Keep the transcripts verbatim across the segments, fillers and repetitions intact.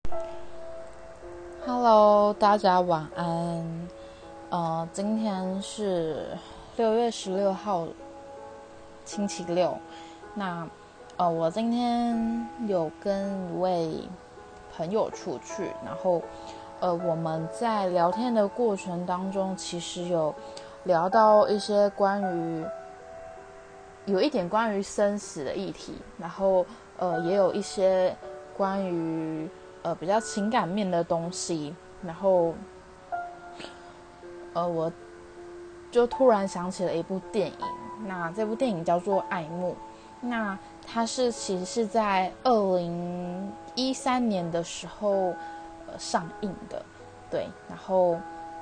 Hello，大家晚安。呃，今天是六月十六号，星期六。那呃，我今天有跟一位朋友出去，然后呃，我们在聊天的过程当中，其实有聊到一些关于有一点关于生死的议题，然后呃，也有一些关于呃比较情感面的东西，然后呃，我就突然想起了一部电影，那这部电影叫做《爱慕》，那它是其实是在二零一三年的时候呃上映的，对，然后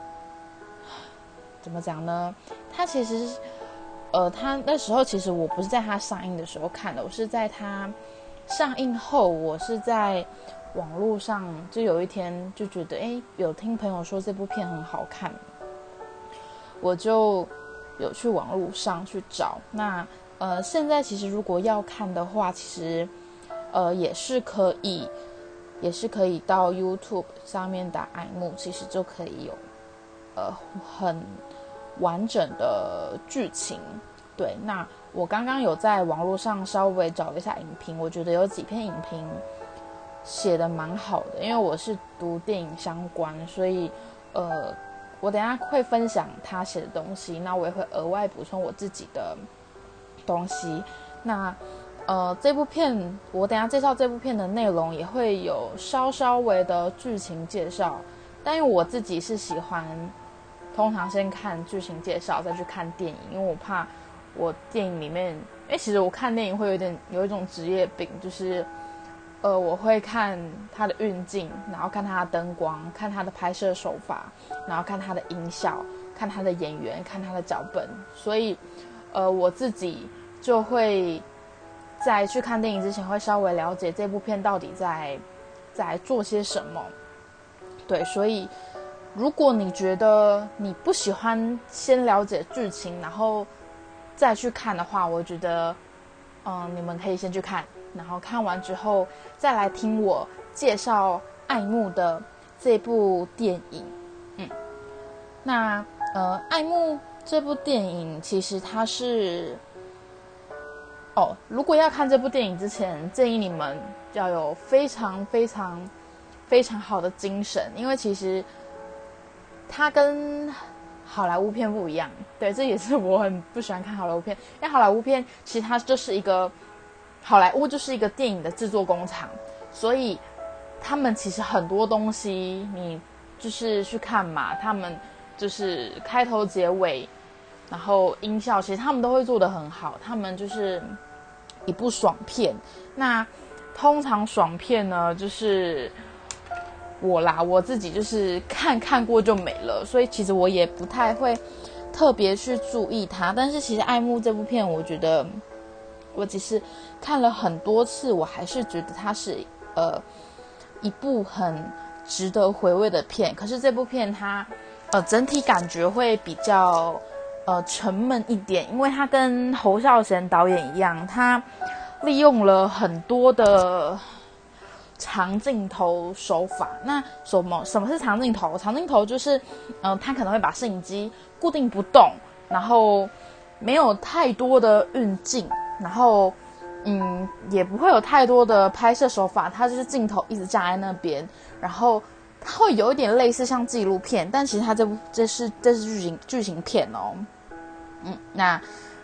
怎么讲呢？它其实呃，它那时候其实我不是在它上映的时候看的，我是在它上映后，我是在网络上就有一天就觉得，哎，有听朋友说这部片很好看，我就有去网络上去找。那呃，现在其实如果要看的话，其实呃也是可以，也是可以到 YouTube 上面打爱慕，其实就可以有呃很完整的剧情。对，那我刚刚有在网络上稍微找了一下影评，我觉得有几篇影评写的蛮好的，因为我是读电影相关，所以呃，我等一下会分享他写的东西，那我也会额外补充我自己的东西。那呃，这部片我等一下介绍这部片的内容也会有稍稍微的剧情介绍，但因为我自己是喜欢通常先看剧情介绍再去看电影，因为我怕我电影里面，因为其实我看电影会有点有一种职业病，就是呃，我会看它的运镜，然后看它的灯光，看它的拍摄手法，然后看它的音效，看它的演员，看它的脚本，所以呃，我自己就会在去看电影之前会稍微了解这部片到底在在做些什么。对，所以如果你觉得你不喜欢先了解剧情，然后再去看的话，我觉得嗯，你们可以先去看，然后看完之后再来听我介绍爱慕的这部电影。嗯，那呃，爱慕这部电影其实它是哦，如果要看这部电影之前，建议你们要有非常非常非常好的精神，因为其实它跟好莱坞片不一样。对，这也是我很不喜欢看好莱坞片，因为好莱坞片其实它就是一个好莱坞就是一个电影的制作工厂，所以他们其实很多东西你就是去看嘛，他们就是开头结尾，然后音效，其实他们都会做得很好，他们就是一部爽片。那通常爽片呢，就是我啦，我自己就是看看过就没了，所以其实我也不太会特别去注意它。但是其实《爱慕》这部片，我觉得我只是看了很多次，我还是觉得它是呃一部很值得回味的片。可是这部片它呃整体感觉会比较呃沉闷一点，因为它跟侯孝贤导演一样，他利用了很多的长镜头手法。那什么什么是长镜头？长镜头就是，呃，他可能会把摄影机固定不动，然后没有太多的运镜，然后嗯，也不会有太多的拍摄手法，它就是镜头一直站在那边，然后它会有一点类似像纪录片，但其实它这部这是这是剧情剧情片哦，嗯，那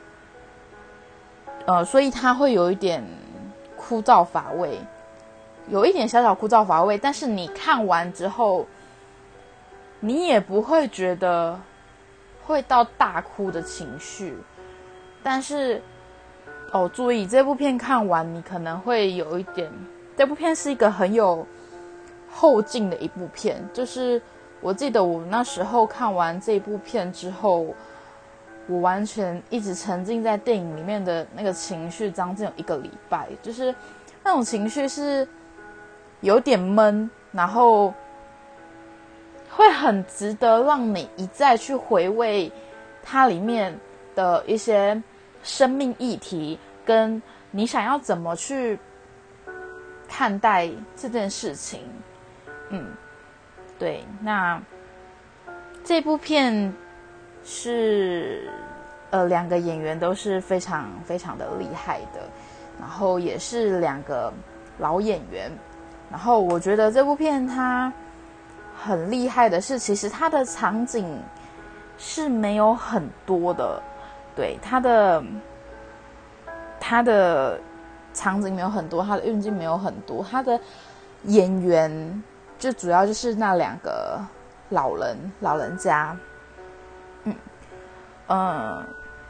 呃，所以它会有一点枯燥乏味。有一点小小枯燥乏味，但是你看完之后，你也不会觉得会到大哭的情绪。但是，哦，注意这部片看完，你可能会有一点，这部片是一个很有后劲的一部片。就是我记得我那时候看完这部片之后，我完全一直沉浸在电影里面的那个情绪，将近有一个礼拜，就是那种情绪是有点闷，然后会很值得让你一再去回味它里面的一些生命议题，跟你想要怎么去看待这件事情。 嗯，对，那这部片是呃两个演员都是非常非常的厉害的，然后也是两个老演员，然后我觉得这部片它很厉害的是，其实它的场景是没有很多的，对，它的它的场景没有很多，它的运镜没有很多，它的演员就主要就是那两个老人老人家，嗯嗯，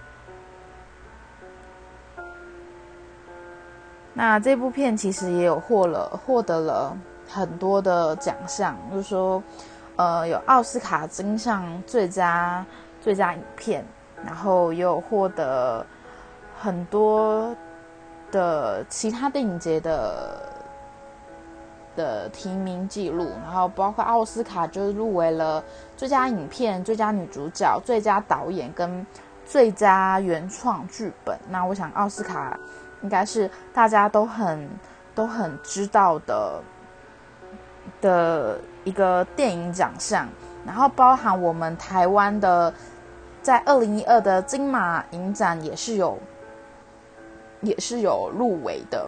那这部片其实也有获了获得了很多的奖项，就是说，呃，有奥斯卡金像最佳最佳影片，然后也有获得很多的其他电影节的的提名记录，然后包括奥斯卡就入围了最佳影片、最佳女主角、最佳导演跟最佳原创剧本。那我想奥斯卡应该是大家都很都很知道的的一个电影奖项，然后包含我们台湾的在二零一二的金马影展也是有也是有入围的。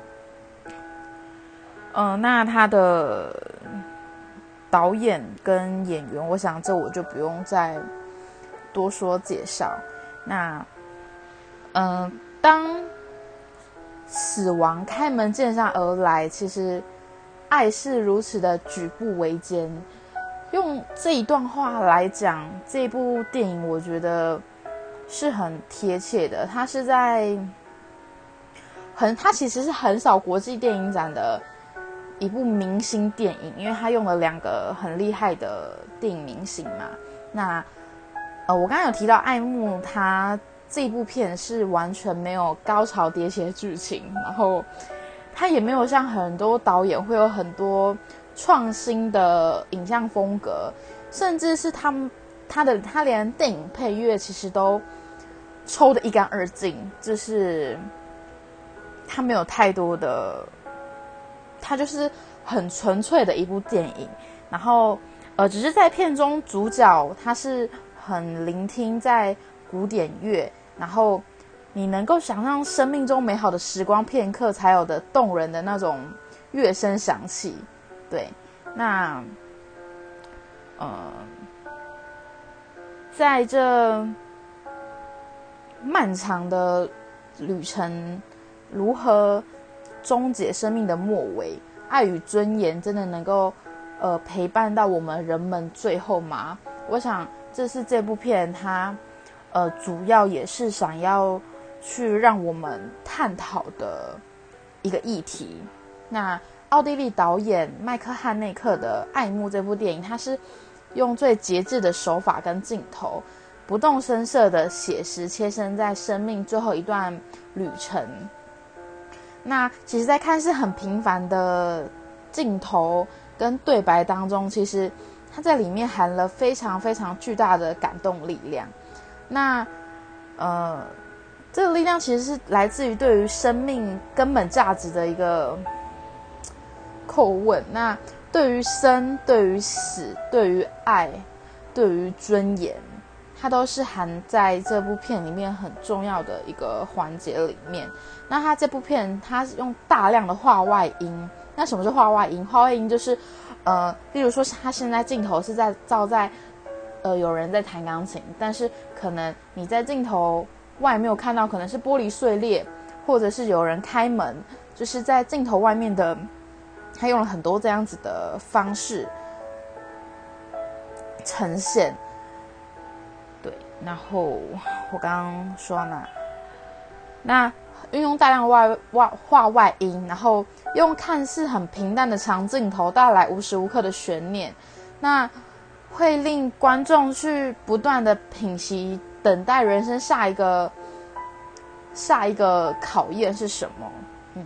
嗯、呃，那他的导演跟演员，我想这我就不用再多说介绍。那嗯、呃，当死亡开门见山而来，其实爱是如此的举步维艰。用这一段话来讲，这部电影我觉得是很贴切的。它是在很，它其实是横扫国际电影展的一部明星电影，因为它用了两个很厉害的电影明星嘛。那呃，我刚刚有提到爱慕，它这部片是完全没有高潮迭起的剧情，然后它也没有像很多导演会有很多创新的影像风格，甚至是他们他的他连电影配乐其实都抽得一干二净，就是他没有太多的，他就是很纯粹的一部电影。然后呃，只是在片中主角他是很聆听在古典乐，然后你能够想象生命中美好的时光片刻才有的动人的那种乐声响起。对，那呃，在这漫长的旅程，如何终结生命的末尾？爱与尊严真的能够呃陪伴到我们人们最后吗？我想这是这部片它呃主要也是想要去让我们探讨的一个议题。那奥地利导演麦克汉内克的《爱慕》这部电影，它是用最节制的手法跟镜头，不动声色的写实切身在生命最后一段旅程。那其实在看似很平凡的镜头跟对白当中，其实它在里面含了非常非常巨大的感动力量。那呃，这个力量其实是来自于对于生命根本价值的一个叩问。那对于生，对于死，对于爱，对于尊严，它都是含在这部片里面很重要的一个环节里面。那它这部片它是用大量的画外音。那什么是画外音？画外音就是呃，例如说它现在镜头是在照在呃有人在弹钢琴，但是可能你在镜头外没有看到，可能是玻璃碎裂，或者是有人开门，就是在镜头外面的，他用了很多这样子的方式呈现。对，然后我刚刚说到哪？那运用大量外外画外音，然后用看似很平淡的长镜头带来无时无刻的悬念，那会令观众去不断的品析，等待人生下一个下一个考验是什么。嗯，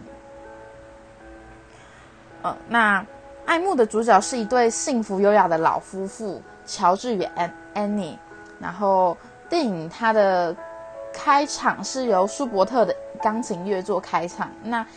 呃，那爱慕的主角是一对幸福优雅的老夫妇，乔治与安安妮。然后电影它的开场是由舒伯特的钢琴乐作开场。那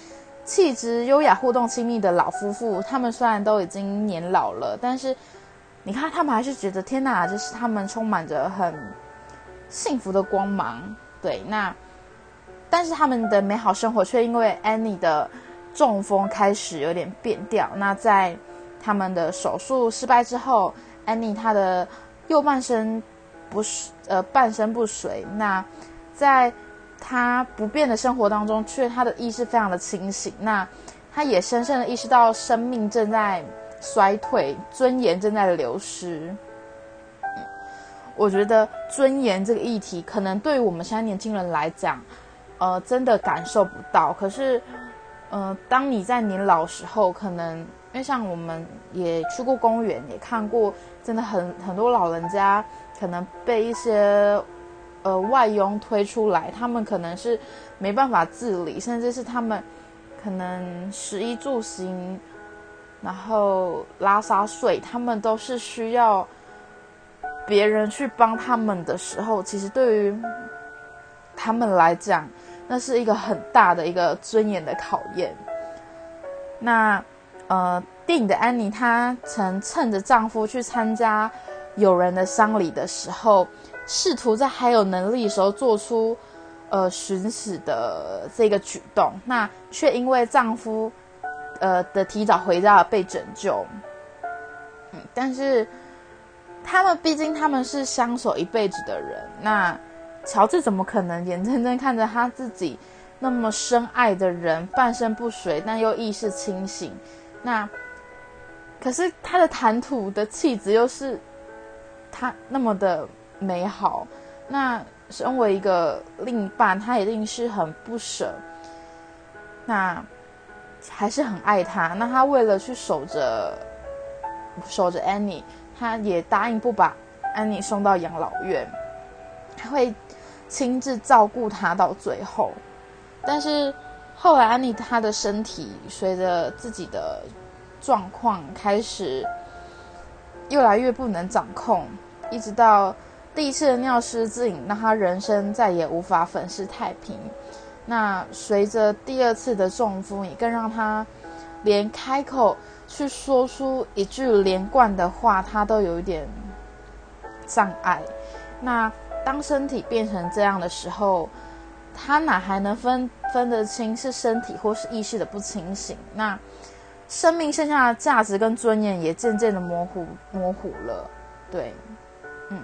气质优雅、互动亲密的老夫妇，他们虽然都已经年老了，但是你看他们还是觉得天哪，就是他们充满着很幸福的光芒。对，那但是他们的美好生活却因为 Annie 的中风开始有点变调。那在他们的手术失败之后， Annie 她的右半身不呃半身不遂。那在她不变的生活当中，却她的意识非常的清醒。那她也深深的意识到生命正在衰退，尊严正在流失。我觉得尊严这个议题，可能对于我们现在年轻人来讲，呃，真的感受不到。可是，呃，当你在年老时候，可能因为像我们也去过公园，也看过，真的很很多老人家可能被一些呃外佣推出来，他们可能是没办法自理，甚至是他们可能食衣住行，然后拉撒睡，他们都是需要别人去帮他们的时候，其实对于他们来讲，那是一个很大的一个尊严的考验。那呃，电影的安妮，她曾趁着丈夫去参加友人的丧礼的时候，试图在还有能力的时候做出呃寻死的这个举动，那却因为丈夫呃的提早回家而被拯救。嗯，但是他们毕竟他们是相守一辈子的人，那乔治怎么可能眼睁睁看着他自己那么深爱的人半身不遂，但又意识清醒？那可是他的谈吐的气质又是他那么的美好，那身为一个另一半，他一定是很不舍，那还是很爱他。那他为了去守着守着 Annie， 他也答应不把 Annie 送到养老院，他会亲自照顾她到最后。但是后来安妮她的身体随着自己的状况开始越来越不能掌控，一直到第一次的尿失禁，让她人生再也无法粉饰太平。那随着第二次的中风，也更让她连开口去说出一句连贯的话，她都有一点障碍。那当身体变成这样的时候，他哪还能分分得清是身体或是意识的不清醒？那生命剩下的价值跟尊严也渐渐的模糊模糊了。对，嗯，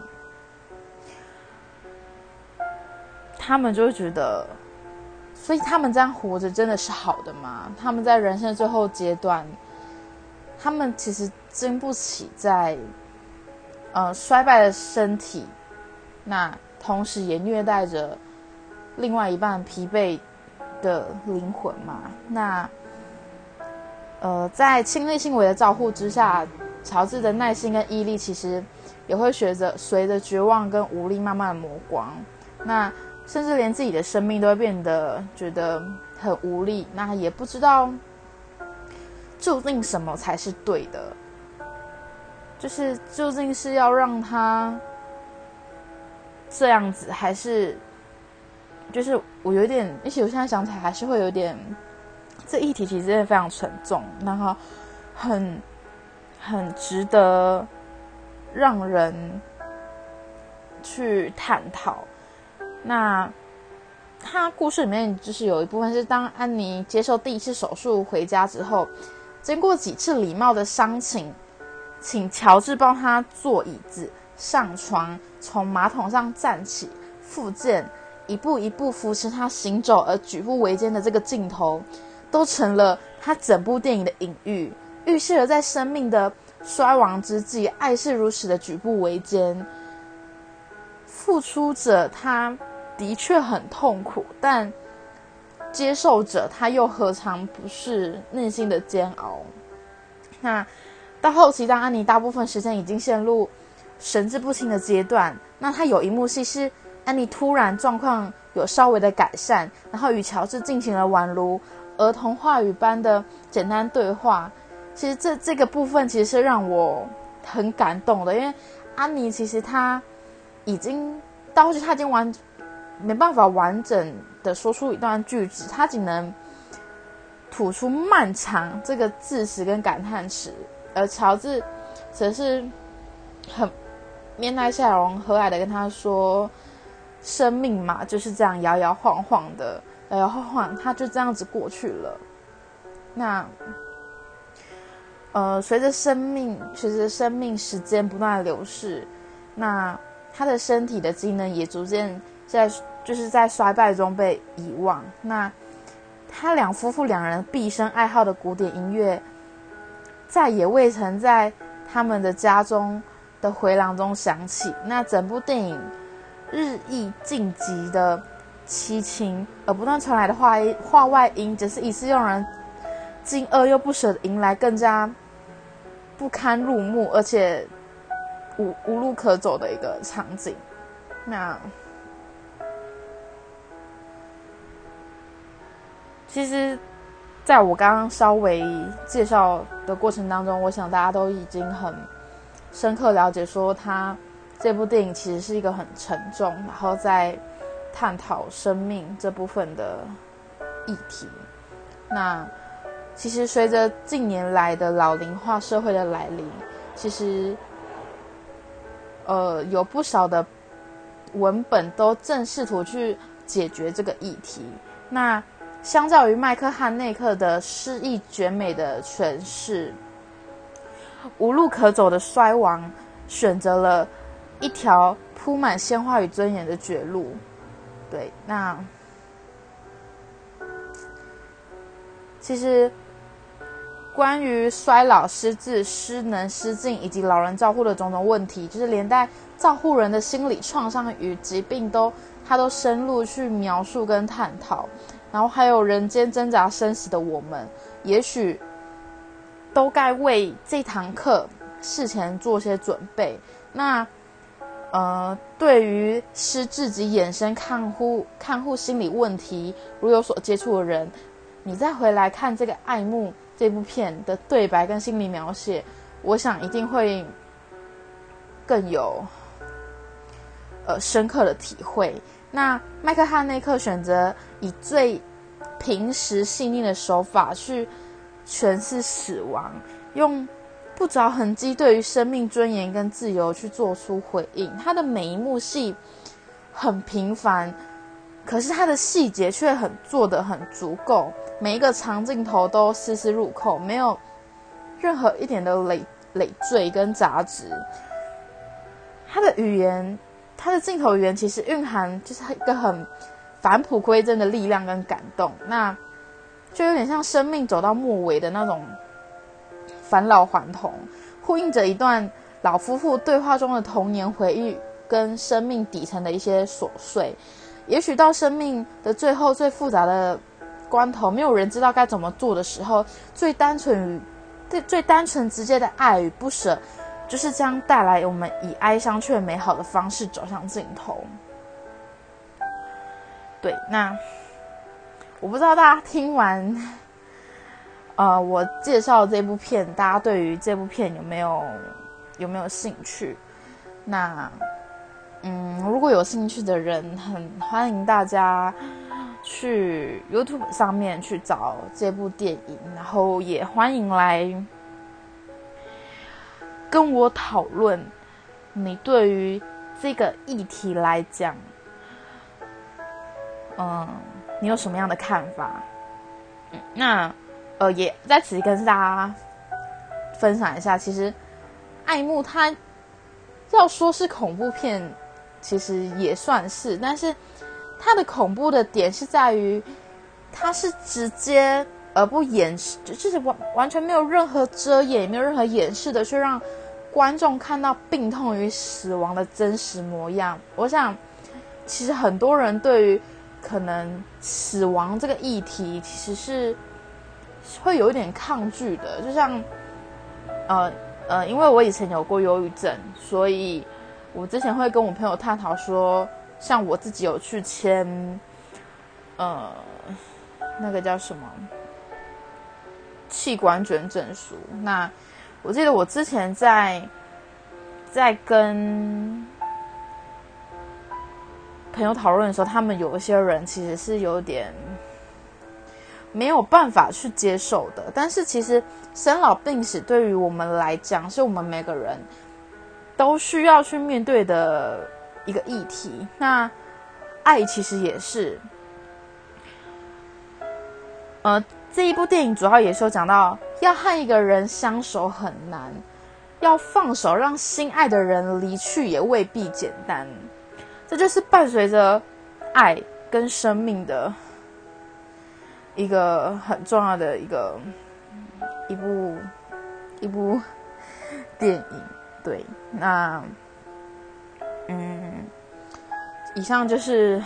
他们就会觉得，所以他们这样活着真的是好的吗？他们在人生最后阶段，他们其实经不起在呃衰败的身体，那同时也虐待着另外一半疲惫的灵魂嘛。那呃，在亲力亲为的照护之下，乔治的耐心跟毅力其实也会随着随着绝望跟无力慢慢的磨光。那甚至连自己的生命都会变得觉得很无力，那也不知道究竟什么才是对的，就是究竟是要让他这样子，还是就是我有点，而且我现在想起来还是会有点，这议题其实真的非常沉重，然后很很值得让人去探讨。那他故事里面就是有一部分是当安妮接受第一次手术回家之后，经过几次礼貌的商请，请乔治帮他坐椅子、上床，从马桶上站起、复健，一步一步扶持他行走而举步维艰的这个镜头，都成了他整部电影的隐喻，预示了在生命的衰亡之际，爱是如此的举步维艰。付出者他的确很痛苦，但接受者他又何尝不是内心的煎熬。那到后期，当安妮大部分时间已经陷入神志不清的阶段，那他有一幕戏是安妮突然状况有稍微的改善，然后与乔治进行了宛如儿童话语般的简单对话。其实这这个部分其实是让我很感动的，因为安妮其实她已经到后期她已经完没办法完整的说出一段句子，她仅能吐出漫长这个字词跟感叹词，而乔治则是很面带笑容和蔼的跟他说，生命嘛就是这样摇摇晃晃的，摇摇晃晃它就这样子过去了。那呃，随着生命随着生命时间不断的流逝，那他的身体的机能也逐渐在就是在衰败中被遗忘。那他两夫妇两人毕生爱好的古典音乐，再也未曾在他们的家中的回廊中响起。那整部电影日益晋级的凄清，而不断传来的话话外音，只是一次让人惊愕又不舍的迎来更加不堪入目，而且无无路可走的一个场景。那其实在我刚刚稍微介绍的过程当中，我想大家都已经很深刻了解说，他这部电影其实是一个很沉重，然后在探讨生命这部分的议题。那其实随着近年来的老龄化社会的来临，其实呃有不少的文本都正试图去解决这个议题。那相较于麦克汉内克的诗意绝美的诠释，无路可走的衰亡选择了一条铺满鲜花与尊严的绝路。对，那其实关于衰老、失智、失能、失禁以及老人照护的种种问题，就是连带照护人的心理创伤与疾病都他都深入去描述跟探讨。然后还有人间挣扎生死的我们，也许都该为这堂课事前做些准备。那呃，对于失智及衍生看护看护心理问题如有所接触的人，你再回来看这个《爱慕》这部片的对白跟心理描写，我想一定会更有呃深刻的体会。那麦克汉内克选择以最平实细腻的手法去诠释死亡，用不着痕迹对于生命尊严跟自由去做出回应。他的每一幕戏很平凡，可是他的细节却很做得很足够，每一个长镜头都丝丝入扣，没有任何一点的累累赘跟杂质。他的语言他的镜头语言其实蕴含就是一个很返璞归真的力量跟感动，那就有点像生命走到末尾的那种返老还童，呼应着一段老夫妇对话中的童年回忆跟生命底层的一些琐碎。也许到生命的最后最复杂的关头，没有人知道该怎么做的时候，最单纯与最最单纯直接的爱与不舍，就是将带来我们以哀伤却美好的方式走向尽头。对，那我不知道大家听完呃我介绍这部片，大家对于这部片有没有有没有兴趣？那嗯，如果有兴趣的人，很欢迎大家去 YouTube 上面去找这部电影，然后也欢迎来跟我讨论你对于这个议题来讲，嗯，你有什么样的看法？嗯，那呃，也在此跟大家分享一下，其实《爱慕》它要说是恐怖片，其实也算是，但是它的恐怖的点是在于，它是直接而不掩饰，就是完完全没有任何遮掩，也没有任何掩饰的去让观众看到病痛与死亡的真实模样。我想，其实很多人对于可能死亡这个议题，其实是会有一点抗拒的。就像，呃呃，因为我以前有过忧郁症，所以我之前会跟我朋友探讨说，像我自己有去签，呃，那个叫什么器官捐证书。那我记得我之前在在跟朋友讨论的时候，他们有一些人其实是有点没有办法去接受的。但是其实生老病死对于我们来讲，是我们每个人都需要去面对的一个议题。那爱其实也是，呃，这一部电影主要也是有讲到，要和一个人相守很难，要放手让心爱的人离去也未必简单。这就是伴随着爱跟生命的一个很重要的一个一部一部电影。对，那嗯，以上就是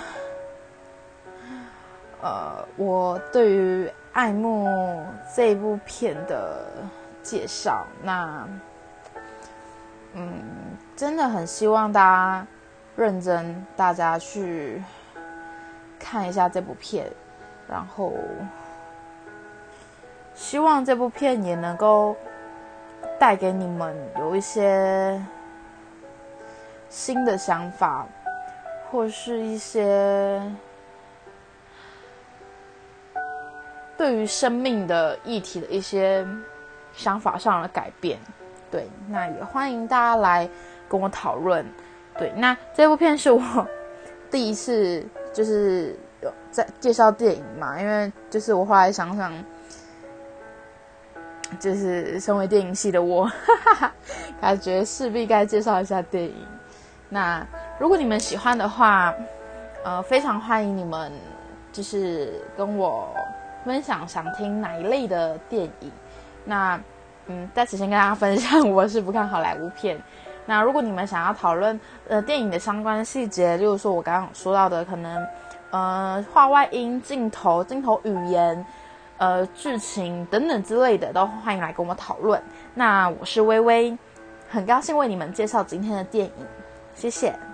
呃我对于爱慕这一部片的介绍。那嗯，真的很希望大家认真，大家去看一下这部片，然后希望这部片也能够带给你们有一些新的想法，或是一些对于生命的议题的一些想法上的改变。对，那也欢迎大家来跟我讨论。对，那这部片是我第一次就是有在介绍电影嘛，因为就是我后来想想，就是身为电影系的我，感觉势必该介绍一下电影。那如果你们喜欢的话，呃，非常欢迎你们就是跟我分享想听哪一类的电影。那嗯，在此先跟大家分享，我是不看好莱坞片。那如果你们想要讨论呃电影的相关细节，例如说我刚刚说到的可能呃画外音、镜头、镜头语言、呃剧情等等之类的，都欢迎来跟我讨论。那我是微微，很高兴为你们介绍今天的电影，谢谢。